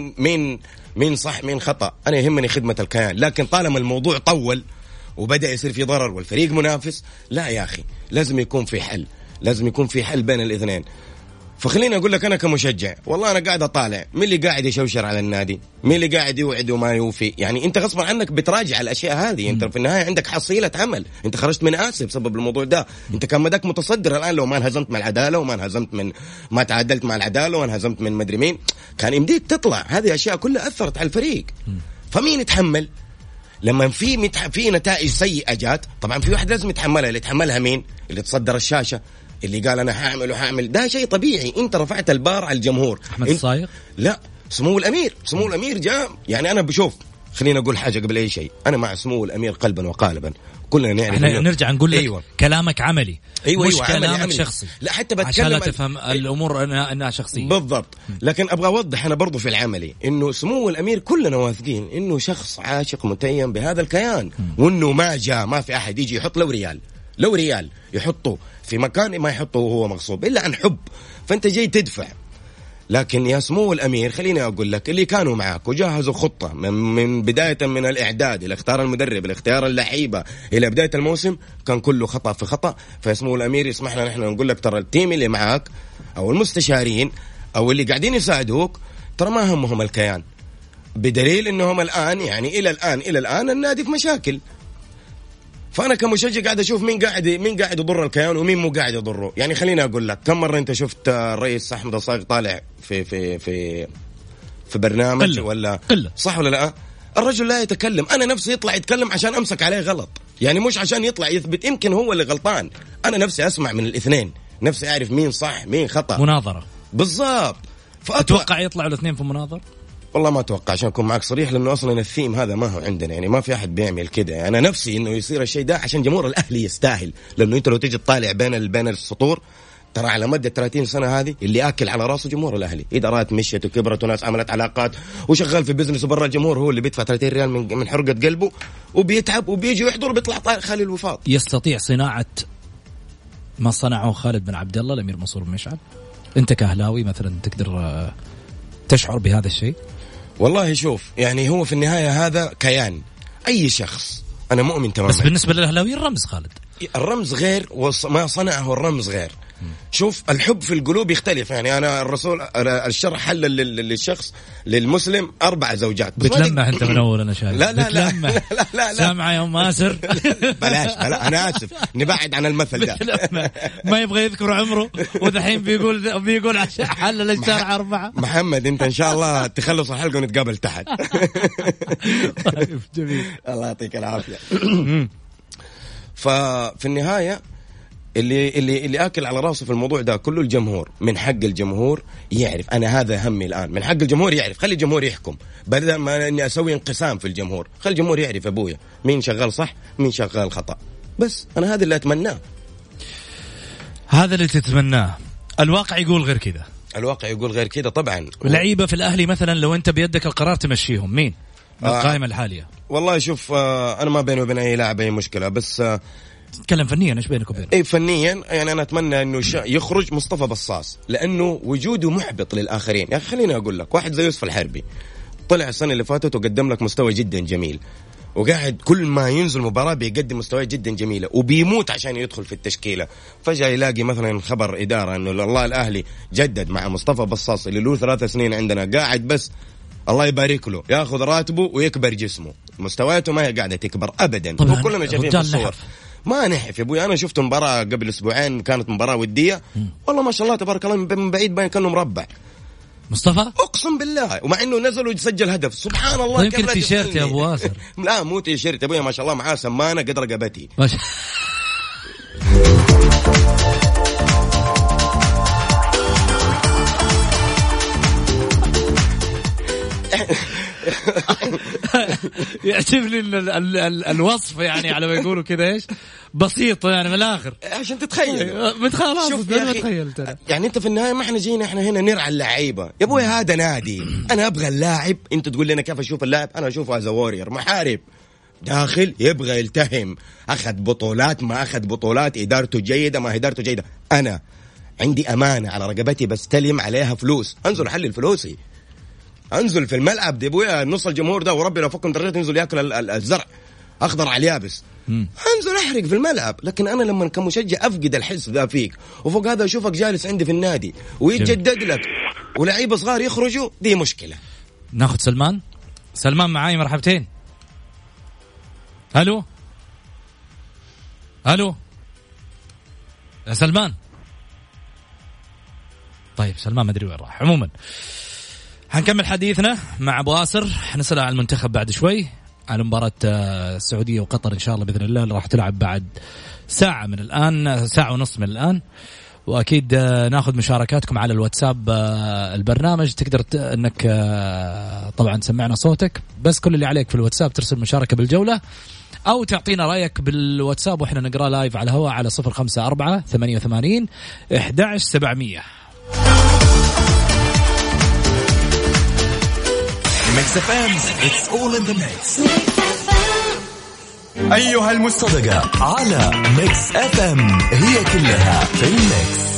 مين صح مين خطأ. أنا يهمني خدمة الكيان، لكن طالما الموضوع طول وبدأ يصير في ضرر والفريق منافس، لا يا أخي لازم يكون في حل، لازم يكون في حل بين الاثنين. فخليني أقول لك أنا كمشجع والله أنا قاعد أطالع مين اللي قاعد يشوشر على النادي، مين اللي قاعد يوعد وما يوفي. يعني أنت غصبا عنك بتراجع الأشياء هذه. أنت في النهاية عندك حصيلة عمل، أنت خرجت من آسف بسبب الموضوع ده. أنت كان مداك متصدر الآن لو ما انهزمت مع العدالة وما انهزمت من ما تعادلت مع العدالة وانهزمت من مدري مين، كان يمديك تطلع. هذه أشياء كلها أثرت على الفريق. فمين يتحمل لما في نتائج سيئة جات؟ طبعا في واحد لازم يتحملها. اللي يتحملها مين؟ اللي تصدر الشاشة، اللي قال أنا هعمل ده شيء طبيعي. أنت رفعت البار على الجمهور. أحمد الصايغ لا، سمو الأمير جاء. يعني أنا بشوف، خلينا أقول حاجة قبل أي شيء، أنا مع سمو الأمير قلبا وقالبا. كلنا نعرف. احنا نرجع نقول لك أيوة. كلامك عملي. مش كلامك عملي. شخصي. لا حتى بتكلم عشان لا تفهم الأمور أنها شخصية. بالضبط. لكن أبغى أوضح أنا برضو في العملي إنه سمو الأمير كلنا واثقين إنه شخص عاشق متيم بهذا الكيان، وإنه ما في أحد يجي يحط لو ريال يحطه في مكان ما يحطه وهو مغصوب إلا عن حب. فأنت جاي تدفع. لكن يا سمو الأمير خليني أقول لك، اللي كانوا معك وجهزوا خطة من بداية من الإعداد إلى اختيار المدرب إلى اختيار اللعيبة إلى بداية الموسم، كان كله خطأ في خطأ. فيا سمو الأمير يسمح لنا نحن نقول لك ترى التيم اللي معك أو المستشارين أو اللي قاعدين يساعدوك ترى ما همهم الكيان، بدليل إنهم الآن يعني إلى الآن النادي في مشاكل. فأنا كمشجع قاعد أشوف مين قاعد يضر الكيان ومين مو قاعد يضره. يعني خليني أقول لك، كم مرة أنت شفت الرئيس أحمد الصايغ طالع في برنامج ولا صح ولا لا؟ الرجل لا يتكلم. أنا نفسي يطلع يتكلم عشان أمسك عليه غلط، يعني مش عشان يطلع يثبت يمكن هو اللي غلطان. أنا نفسي أسمع من الاثنين، نفسي أعرف مين صح مين خطأ. مناظرة بالضبط. أتوقع يطلعوا الاثنين في مناظرة؟ والله ما أتوقع، عشان أكون معك صريح، لأنه أصلا الثيم هذا ما هو عندنا. يعني ما في أحد بيعمل كده. يعني أنا نفسي إنه يصير الشيء ده عشان جمهور الأهلي يستاهل. لأنه أنت لو تيجي تطالع بين السطور، ترى على مدة 30 سنة هذه اللي أكل على راسه جمهور الأهلي. إدارات مشيت وكبرت وناس عملت علاقات وشغال في بيزنس، وبرا الجمهور هو اللي بيدفع 30 ريال من حرقة قلبه وبيتعب وبيجي يحضر وبيطلع خالي الوفاض. يستطيع صناعة ما صنعه خالد بن عبد الله الأمير منصور بن مشعل؟ أنت كأهلاوي مثلا تقدر تشعر بهذا الشيء؟ والله شوف، يعني هو في النهاية هذا كيان أي شخص، أنا مؤمن تماما. بس بالنسبة للأهلاويين رمز خالد. الرمز غير وما صنعه الرمز غير. شوف الحب في القلوب يختلف. يعني أنا الرسول الشرع حل للشخص للمسلم 4 زوجات. بتلمح أنت من أول أنا شايف. لا سامعة يا أم آسر. بلاش أنا آسف نبعد عن المثل ده. ما يبغى يذكر عمره وذحين بيقول عشان حل الشرع 4. محمد أنت إن شاء الله تخلص الحلقة ونتقابل تحت. طيب جميل. الله يعطيك العافية. ففي النهاية اللي اكل على راسه في الموضوع ده كله الجمهور. من حق الجمهور يعرف. انا هذا همي الان. من حق الجمهور يعرف. خلي الجمهور يحكم بدل ما اني اسوي انقسام في الجمهور. خلي الجمهور يعرف ابويا مين شغال صح مين شغال خطأ. بس انا هذا اللي اتمناه. هذا اللي تتمناه. الواقع يقول غير كذا. الواقع يقول غير كذا طبعا. لعيبه في الاهلي مثلا لو انت بيدك القرار تمشيهم مين القائمه الحاليه؟ والله شوف انا ما بيني وبين اي لاعب اي مشكله. بس تكلم فنيا ايش بينك وبينه؟ اي فنيا يعني انا اتمنى انه يخرج مصطفى بصاص لانه وجوده محبط للاخرين. يا اخي خليني اقول لك واحد زي يوسف الحربي طلع السنه اللي فاتت وقدم لك مستوى جدا جميل وقاعد كل ما ينزل مباراه بيقدم مستوى جدا جميله وبيموت عشان يدخل في التشكيله. فجاه يلاقي مثلا خبر اداره انه الله الاهلي جدد مع مصطفى بصاص اللي له 3 سنين عندنا قاعد بس الله يبارك له ياخذ راتبه ويكبر جسمه. مستوياته ما هي قاعده تكبر ابدا. وكلنا شايفين في الصور. ما نحف يا ابوي. انا شفت مباراه قبل اسبوعين كانت مباراه وديه والله ما شاء الله تبارك الله من بعيد باين كانه مربع مصطفى اقسم بالله. ومع انه نزل ويسجل هدف سبحان الله. يمكن تيشيرت يا ابو واسر. لا مو تيشيرت يا ابوي ما شاء الله معاه سمانه قد رقبتي. يعجبني الوصف يعني على ما يقولوا كذا ايش بسيط يعني من الاخر عشان تتخيل. شوف ما تخيلت يعني انت في النهايه ما احنا جينا احنا هنا نرعى اللعيبه يا ابوي. هذا نادي انا ابغى اللاعب. انت تقول لي انا كيف اشوف اللاعب؟ انا اشوفه از وورير محارب داخل يبغى يلتهم. اخذ بطولات ما اخذ بطولات ادارته جيده ما ادارته جيده. انا عندي امانه على رقبتي بستلم عليها فلوس. انزل احلل فلوسي. انزل في الملعب دي ابويا نص الجمهور ده وربي لو فكم درجات ينزل ياكل الزرع اخضر على اليابس. انزل احرق في الملعب. لكن انا لما كمشجع افقد الحس ذا فيك وفوق هذا اشوفك جالس عندي في النادي ويتجدد لك ولاعيبه صغار يخرجوا دي مشكله. ناخذ سلمان معاي مرحبتين. الو يا سلمان. طيب سلمان ما ادري وين راح. عموما هنكمل حديثنا مع أبو آسر. حنسأل عن المنتخب بعد شوي على مباراة السعودية وقطر إن شاء الله بإذن الله اللي راح تلعب بعد ساعة من الآن 1.5 ساعة من الآن. وأكيد ناخذ مشاركاتكم على الواتساب البرنامج. تقدر أنك طبعا تسمعنا صوتك بس كل اللي عليك في الواتساب ترسل مشاركة بالجولة أو تعطينا رأيك بالواتساب وإحنا نقرأ لايف على الهواء على 054-88-11700. ميكس اف ام it's all in the mix. أيها المصطدقة على ميكس اف ام هي كلها في الميكس.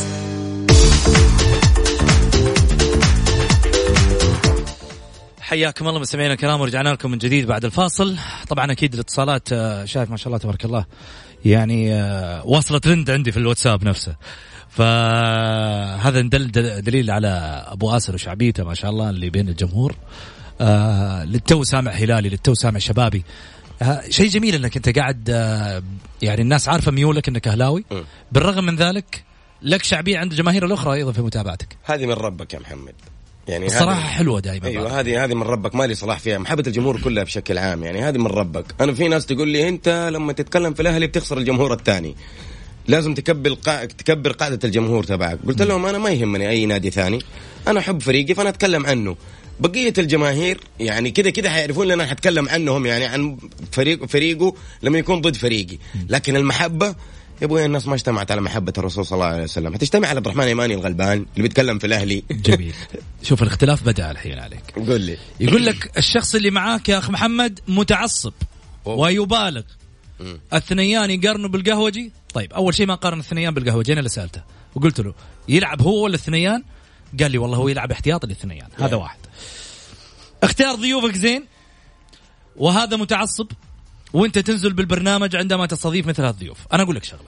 حياكم الله مستمعينا الكرام ورجعنا لكم من جديد بعد الفاصل. طبعا أكيد الاتصالات شايف ما شاء الله تبارك الله يعني وصلت ترند عندي في الواتساب نفسه. فهذا دليل على أبو آسر وشعبيته ما شاء الله اللي بين الجمهور. للتو سامع هلالي للتو سامع شبابي. شيء جميل انك انت قاعد يعني الناس عارفه ميولك انك اهلاوي بالرغم من ذلك لك شعبيه عند الجماهير الاخرى ايضا في متابعتك. هذه من ربك يا محمد يعني الصراحه حلوه دائما. ايوه هذه من ربك مالي صلاح فيها. محبه الجمهور كلها بشكل عام يعني هذه من ربك. انا في ناس تقول لي انت لما تتكلم في الاهلي بتخسر الجمهور الثاني لازم تكبر قاعده الجمهور تبعك. قلت لهم انا ما يهمني اي نادي ثاني انا احب فريقي فانا اتكلم عنه. بقية الجماهير يعني كده حيعرفون لنا حتكلم عنهم يعني عن فريقه لما يكون ضد فريقي. لكن المحبة يا ابوي الناس ما اجتمعت على محبة الرسول صلى الله عليه وسلم. هتجتمع على عبد الرحمن يماني الغلبان اللي بيتكلم في الأهلي. جميل. شوف الاختلاف بدأ الحين عليك. قول لي. يقول لك الشخص اللي معاك يا أخ محمد متعصب ويبالغ. الثنيان يقارنوا بالقهوجي. طيب أول شيء ما قارن الثنيان بالقهوجي. أنا اللي سألته وقلت له يلعب هو ولا الثنيان؟ قال لي والله هو يلعب احتياطي للثنيان. هذا واحد. اختيار ضيوفك زين وهذا متعصب وانت تنزل بالبرنامج عندما تستضيف مثل هذه الضيوف. انا اقول لك شغله،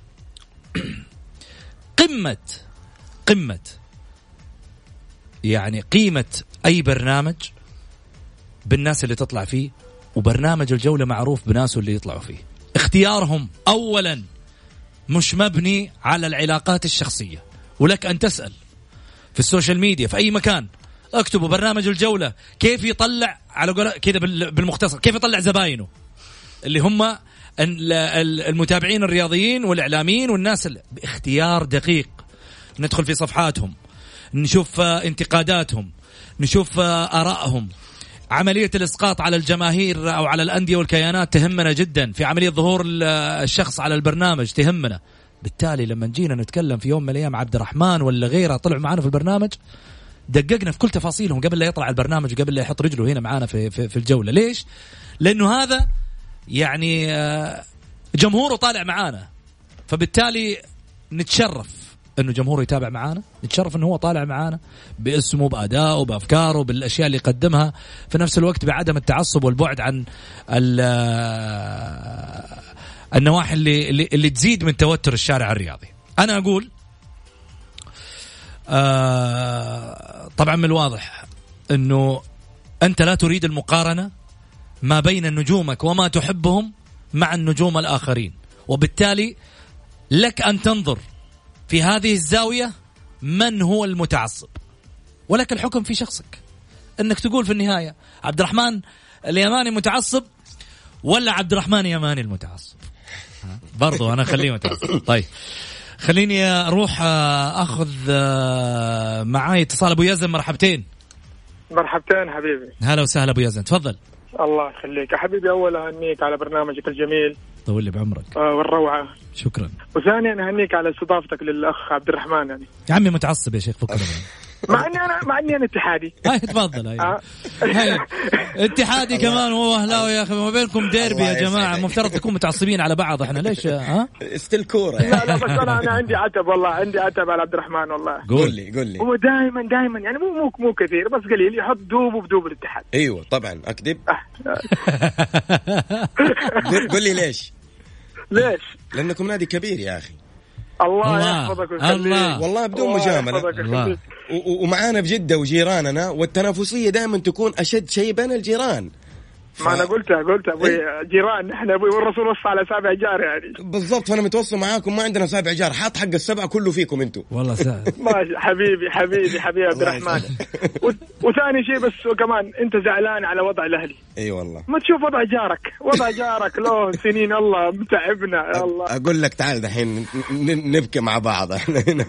قمة يعني قيمة اي برنامج بالناس اللي تطلع فيه، وبرنامج الجولة معروف بناسه اللي يطلعوا فيه. اختيارهم اولا مش مبني على العلاقات الشخصية، ولك ان تسأل في السوشيال ميديا في اي مكان، اكتبوا برنامج الجولة كيف يطلع على كذا بالمختصر، كيف يطلع زباينه اللي هم المتابعين الرياضيين والإعلاميين والناس باختيار دقيق. ندخل في صفحاتهم، نشوف انتقاداتهم، نشوف آرائهم. عملية الإسقاط على الجماهير أو على الأندية والكيانات تهمنا جدا، في عملية ظهور الشخص على البرنامج تهمنا. بالتالي لما نجينا نتكلم في يوم من الأيام عبد الرحمن ولا غيره طلعوا معنا في البرنامج، دققنا في كل تفاصيلهم قبل لا يطلع البرنامج وقبل لا يحط رجله هنا معنا في الجولة. ليش؟ لأنه هذا يعني جمهوره طالع معانا، فبالتالي نتشرف انه جمهوره يتابع معانا، نتشرف انه هو طالع معانا باسمه بأدائه بأفكاره بالأشياء اللي يقدمها، في نفس الوقت بعدم التعصب والبعد عن النواحي اللي تزيد من توتر الشارع الرياضي. أنا أقول طبعا من الواضح انه انت لا تريد المقارنة ما بين نجومك وما تحبهم مع النجوم الآخرين، وبالتالي لك أن تنظر في هذه الزاوية من هو المتعصب، ولك الحكم في شخصك أنك تقول في النهاية عبد الرحمن اليماني متعصب ولا عبد الرحمن يماني المتعصب. برضو أنا خليه متعصب. طيب خليني أروح أخذ معاي اتصال أبو يزن. مرحبتين. مرحبتين حبيبي. هلا وسهلا أبو يزن، تفضل. الله يخليك يا حبيبي. أولا أهنيك على برنامجك الجميل، طول لي بعمرك والروعة، شكرا. وثانيا أهنيك على استضافتك للأخ عبد الرحمن. يعني يا عمي متعصب يا شيخ، فكر مع اني انا اتحادي. تفضل. هاي اتحادي كمان وهو اهلاوي يا اخي، ما بينكم ديربي يا جماعه، مفترض تكون متعصبين على بعض. احنا ليش استل كوره؟ لا بس انا عندي عتب، والله عندي عتب على عبد الرحمن والله. قول لي هو دائما يعني مو كثير بس قليل يحط دوبه بدوب الاتحاد. ايوه طبعا اكذب. قول لي ليش؟ لانكم نادي كبير يا اخي. الله يحفظك ويخليك والله بدون مجامله. ومعانا في جدة وجيراننا، والتنافسية دائما تكون أشد شيء بين الجيران. ما أنا قلت أبوي جيران، إحنا أبوي والرسول وصى على 7 جار يعني. بالضبط، فأنا متوصل معاكم، ما عندنا 7 جار، حاط حق ال7 كله فيكم أنتوا. والله سهل. ماشي حبيبي عبد الرحمن. وثاني شيء بس وكمان أنت زعلان على وضع الأهلي. أي والله. ما تشوف وضع جارك له سنين الله متعبنا يا الله. أقول لك تعال دحين نبكي مع بعض احنا هنا.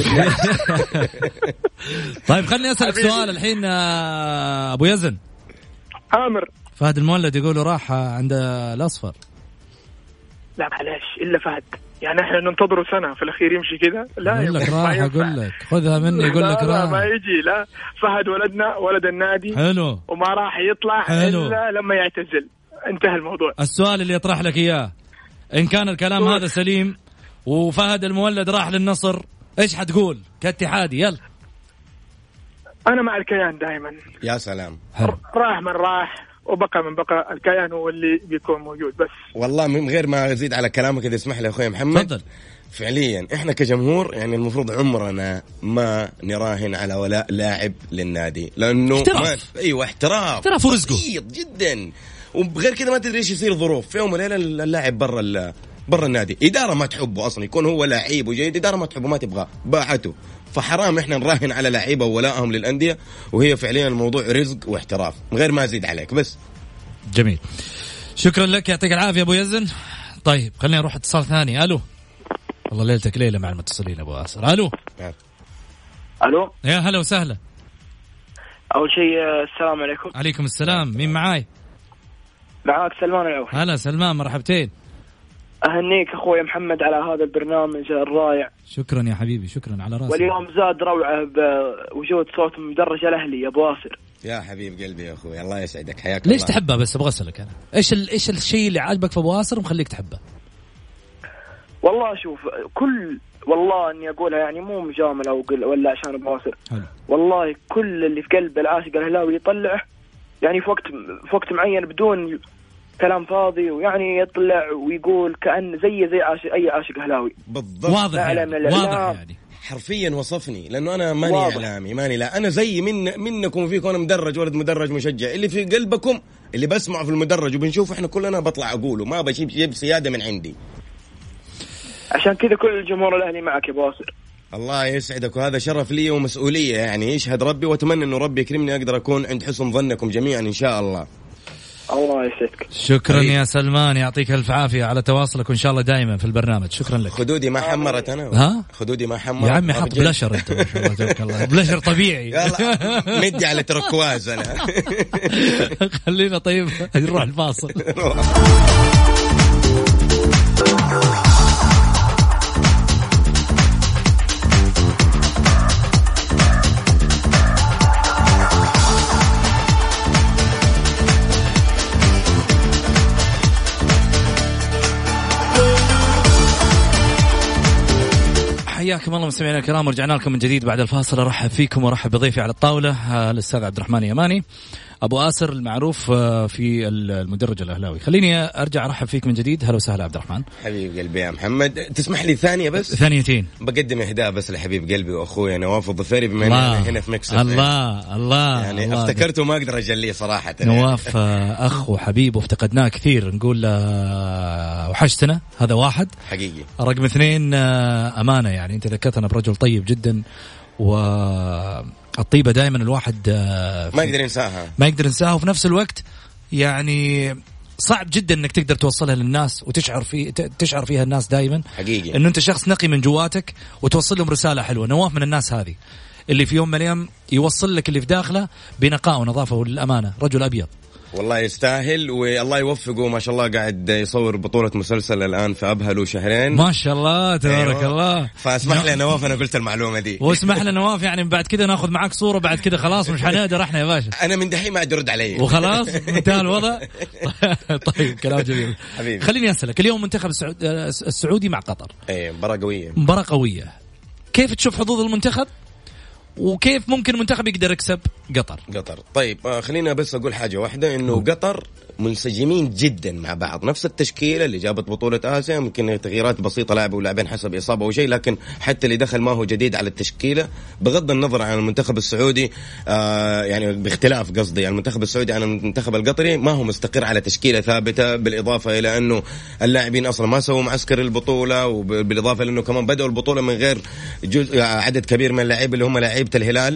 طيب خلني أسألك سؤال الحين أبو يزن. آمر. فهد المولد يقولوا راح عند الأصفر. لا معلش إلا فهد، يعني احنا ننتظره سنة في الأخير يمشي كذا. لا يقول لك راح، أقول لك خذها مني، يقول لك راح. ما يجي. لا فهد ولدنا، ولد النادي، حلو، وما راح يطلع إلا لما يعتزل. انتهى الموضوع. السؤال اللي يطرح لك إياه، إن كان الكلام هذا سليم وفهد المولد راح للنصر، إيش حتقول كاتحادي؟ يلا. أنا مع الكيان دائما. يا سلام. راح من راح وبقى من بقى، الكيان هو اللي بيكون موجود بس. والله من غير ما أزيد على كلامك إذا اسمح لي أخوي محمد. تفضل. فعليا إحنا كجمهور يعني المفروض عمرنا ما نراهن على ولاء لاعب للنادي، لأنه احتراف. أيوة احتراف ورزقه جدا. وبغير كذا ما تدري إيش يصير ظروف في يوم وليلة اللاعب برا النادي، إدارة ما تحبه أصلا، يكون هو لاعب وجيد، إدارة ما تحبه ما تبغاه باعته. فحرام إحنا نراهن على لعيبة وولائهم للأندية، وهي فعليا الموضوع رزق واحتراف، من غير ما أزيد عليك بس. جميل، شكرا لك، يعطيك العافية أبو يزن. طيب خلينا نروح اتصال ثاني. ألو. والله ليلتك ليلة مع المتصلين أبو آسر. ألو. يا هلا وسهلا. أول شيء السلام عليكم. عليكم السلام. مين معاي؟ معاك سلمان العوفي. هلا سلمان، مرحبتين. أهنيك أخوي محمد على هذا البرنامج الرائع. شكرا يا حبيبي، شكرا على راسي. واليوم زاد روعة بوجود صوت مدرج الأهلي يا أبو آسر. يا حبيب قلبي يا أخوي، الله يسعدك، حياك الله. ليش تحبه؟ بس أبغى أسألك أنا، إيش الشيء اللي عاجبك في أبو آسر ومخليك تحبه؟ والله شوف، والله إني أقولها يعني مو مجاملة ولا عشان أبو آسر. والله كل اللي في قلب العاشق الأهلاوي يطلعه يعني في وقت معين كلام فاضي، ويعني يطلع ويقول كأن زي أي عاشق أهلاوي. بالضبط. واضح يعني حرفيا وصفني، لأنه أنا ماني إعلامي، لا أنا زي منكم فيكم، أنا مدرج، ولد مدرج مشجع، اللي في قلبكم اللي بسمعه في المدرج وبنشوف إحنا كلنا بطلع أقوله، ما بجيب سيادة من عندي. عشان كذا كل الجمهور الأهلي معك يا باسر. الله يسعدك، وهذا شرف لي ومسؤولية، يعني يشهد ربي، وأتمنى إنه ربي يكرمني أقدر أكون عند حسن ظنكم جميعا إن شاء الله. الله يسعدك. شكرا يا سلمان، يعطيك الف عافيه على تواصلك، وان شاء الله دائما في البرنامج. شكرا لك. خدودي ما حمرت انا. ها خدودي ما حمرت يا عمي، حط بلاشر انت ما شاء الله تبارك الله، بلاشر طبيعي. يلا مدي على تركواز انا. خلينا طيب نروح الفاصل. حياكم الله مستمعينا الكرام، ورجعنا لكم من جديد بعد الفاصل. ارحب فيكم وارحب بضيفي على الطاوله الاستاذ عبد الرحمن يماني ابو آسر المعروف في المدرج الاهلاوي. خليني ارجع ارحب فيك من جديد. هلا وسهلا عبد الرحمن. حبيب قلبي يا محمد، تسمح لي ثانيه بس؟ ثانيتين. بقدم اهداء بس لحبيب قلبي واخويا نواف الظفيري، بما اننا هنا في مكس. الله يعني الله افتكرته ما اقدر اجليه صراحه. نواف اخ وحبيب وافتقدناه كثير، نقول وحشتنا. هذا واحد حقيقي. رقم اثنين امانه، يعني انت ذكرتنا برجل طيب جدا، والطيبة دائما الواحد ما يقدر ينساها، وفي نفس الوقت يعني صعب جدا انك تقدر توصلها للناس وتشعر فيها الناس دائما حقيقي انه انت شخص نقي من جواتك وتوصل لهم رسالة حلوة. نواف من الناس هذه اللي في يوم من الايام يوصل لك اللي في داخله بنقاء ونظافة والأمانة. رجل أبيض والله يستاهل، والله يوفقه. ما شاء الله قاعد يصور بطولة مسلسل الآن في أبهل شهرين، ما شاء الله تبارك أيوة. الله. فاسمح لي نواف، أنا قلت المعلومة دي، واسمح لي نواف، يعني بعد كده ناخذ معك صورة، بعد كده خلاص مش حنقدر احنا يا باشا. أنا من دحين ما عاد يرد علي وخلاص انتهى الوضع. طيب كلام جميل. حبيبي خليني أسألك، اليوم منتخب السعودي مع قطر، مباراة قوية. كيف تشوف حظوظ المنتخب، وكيف ممكن المنتخب يقدر يكسب قطر؟ طيب خلينا بس أقول حاجة واحدة، إنه قطر منسجمين جدا مع بعض، نفس التشكيلة اللي جابت بطولة آسيا، ممكن تغييرات بسيطة لاعب ولاعبين حسب إصابة أو شيء، لكن حتى اللي دخل ما هو جديد على التشكيلة، بغض النظر عن المنتخب السعودي يعني باختلاف قصدي المنتخب السعودي عن المنتخب القطري، ما هو مستقر على تشكيلة ثابتة، بالإضافة إلى أنه اللاعبين أصلا ما سووا معسكر البطولة، وبالإضافة لأنه كمان بدأوا البطولة من غير عدد كبير من اللاعبين اللي هم لاعيبة الهلال.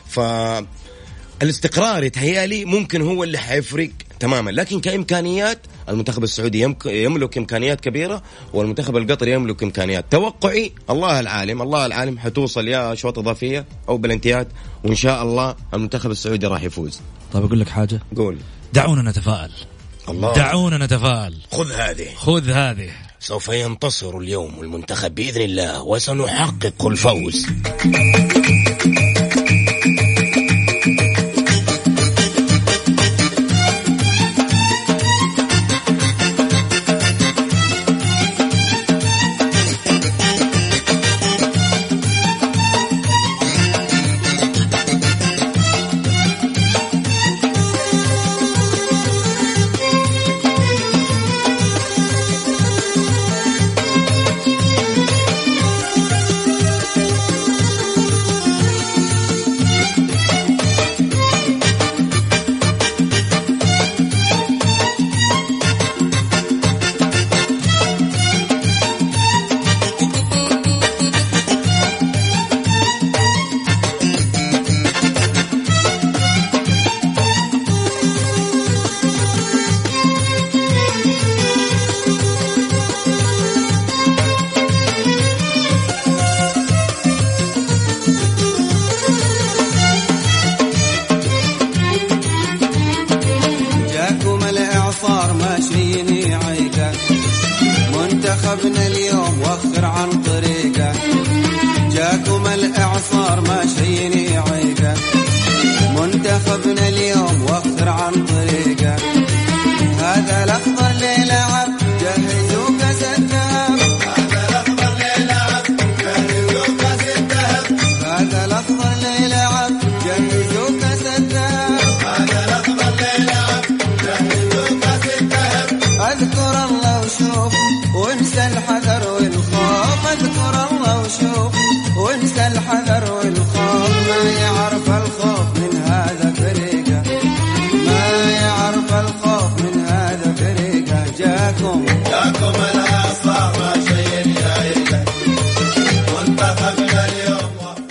فالاستقرار يتهيألي ممكن هو اللي حيفرق تماما، لكن كإمكانيات المنتخب السعودي يملك إمكانيات كبيرة، والمنتخب القطري يملك إمكانيات. توقعي الله العالم حتوصل يا شوط إضافية أو بلنتيات، وإن شاء الله المنتخب السعودي راح يفوز. طيب أقول لك حاجة، قول. دعونا نتفائل. دعونا نتفائل. خذ هذه سوف ينتصر اليوم المنتخب بإذن الله، وسنحقق الفوز.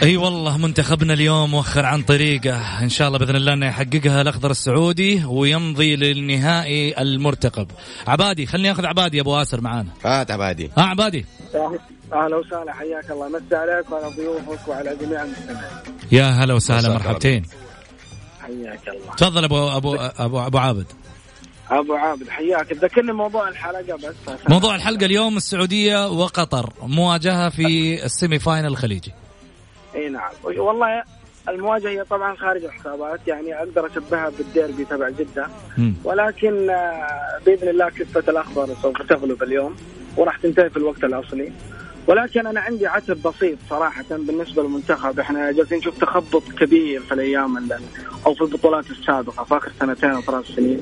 اي والله منتخبنا اليوم مؤخر عن طريقه، ان شاء الله باذن الله انه يحققها الاخضر السعودي ويمضي للنهائي المرتقب. عبادي، خليني اخذ عبادي ابو آسر معانا. فات عبادي. عبادي اهلا وسهلا، حياك الله، مسا عليك وعلى ضيوفك وعلى جميع المستمعين. يا هلا وسهلا، مرحبتين. حياك الله. تفضل ابو عابد. ابو عابد حياك، تذكرني موضوع الحلقه بس. موضوع الحلقه اليوم السعوديه وقطر، مواجهه في السيمي فاينل الخليجي. اي نعم، والله المواجهه هي طبعا خارج الحسابات، يعني اقدر اشبهها بالديربي تبع جده، ولكن باذن الله كفه الاخضر سوف تغلب اليوم وراح تنتهي في الوقت الاصلي. ولكن انا عندي عتب بسيط صراحه بالنسبه للمنتخب. احنا جالسين نشوف تخبط كبير في الايام او في البطولات السابقه في اخر 2 أو 3 سنين.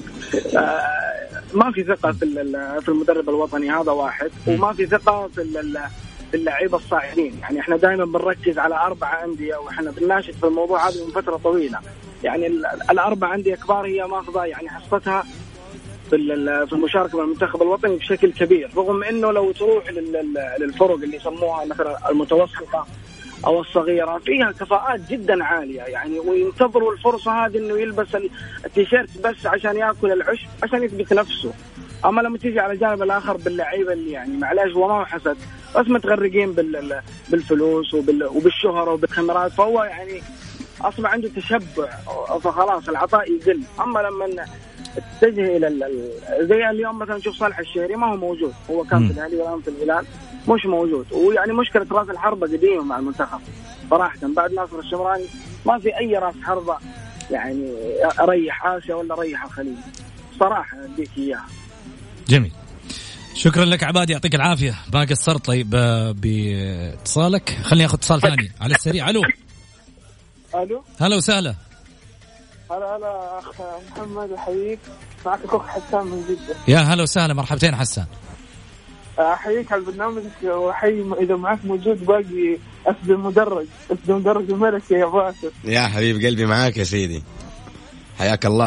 ما في ثقه في المدرب الوطني، هذا واحد، وما في ثقه في اللعيبه الصاعدين. يعني احنا دائما بنركز على 4 أندية، واحنا بنناشد في الموضوع هذا من فتره طويله. يعني ال4 أندية كبار هي ماخذه يعني حصتها في المشاركة مع المنتخب الوطني بشكل كبير، رغم انه لو تروح للفرق اللي يسموها مثلا المتوسطة او الصغيرة فيها كفاءات جدا عالية، يعني وينتظروا الفرصة هذه انه يلبس التيشيرت بس عشان ياكل العشب عشان يثبت نفسه. اما لما تيجي على الجانب الاخر باللعيبة اللي يعني معلش هو ما هو حسد، بس متغرقين بالفلوس وبالشهرة وبالكاميرات، فهو يعني اصلا عنده تشبع فخلاص العطاء يقل. اما لما تتجه الى زي اليوم مثلا نشوف صالح الشهري ما هو موجود، هو كان في الاهلي والان في الهلال مش موجود، ويعني مشكله راس الحربه قديمه مع المنتخب صراحه. بعد ناصر الشمراني ما في اي راس حربه يعني ريح اسيا ولا ريح الخليج صراحه، اديك اياها. جميل، شكرا لك عبادي، يعطيك العافيه، ما قصرت. طيب باتصالك خليني اخذ اتصال ثاني على السريع. الو هلا وسهلا. هلا أخ محمد، أحييك، معك أخوك حسان من جدة. يا هلا وسهلا، مرحبتين حسان. أحييك على البرنامج، وأحيي إذا معك موجود باقي أسد المدرج الملك يا باسل. يا حبيب قلبي معاك يا سيدي، حياك الله.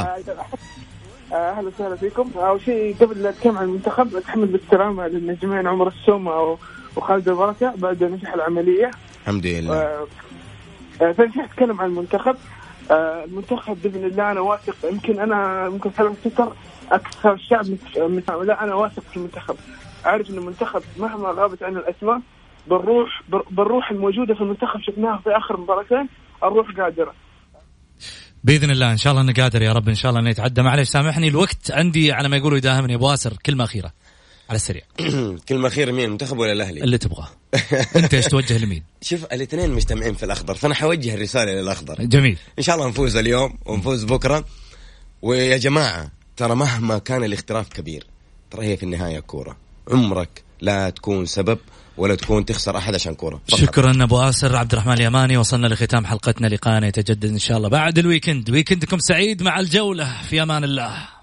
أهلا وسهلا فيكم. أول شيء قبل لا أتكلم عن المنتخب أتحمد بالسلامة للنجمين عمر السومة وخالد البركة بعد نجاح العملية الحمد لله. ثاني شيء أتكلم عن المنتخب. المنتخب بإذن الله أنا واثق، ممكن سبب ستر أكثر الشعب لا أنا واثق في المنتخب. أعرف أن المنتخب مهما غابت عن الأسماء بالروح الموجودة في المنتخب شفناها في آخر مباراتين، الروح قادرة بإذن الله. إن شاء الله أنه قادر يا رب، إن شاء الله أنه يتعدى. معلش سامحني الوقت عندي على ما يقولوا يداهمني. أبو آسر كلمة أخيرة على السريع. كلمة أخيرة، مين المنتخب ولا الأهلي؟ اللي تبغاه أنت. إيش توجه لمين؟ شوف الاثنين مجتمعين في الأخضر، فأنا حوجه الرسالة للأخضر. جميل، إن شاء الله نفوز اليوم ونفوز بكرة. ويا جماعة ترى مهما كان الاختلاف كبير، ترى هي في النهاية كورة، عمرك لا تكون سبب ولا تكون تخسر أحد عشان كورة. شكرا أبو آسر. عبد الرحمن اليماني، وصلنا لختام حلقتنا، لقاءنا يتجدد إن شاء الله بعد الويكند. ويكندكم سعيد مع الجولة، في أمان الله.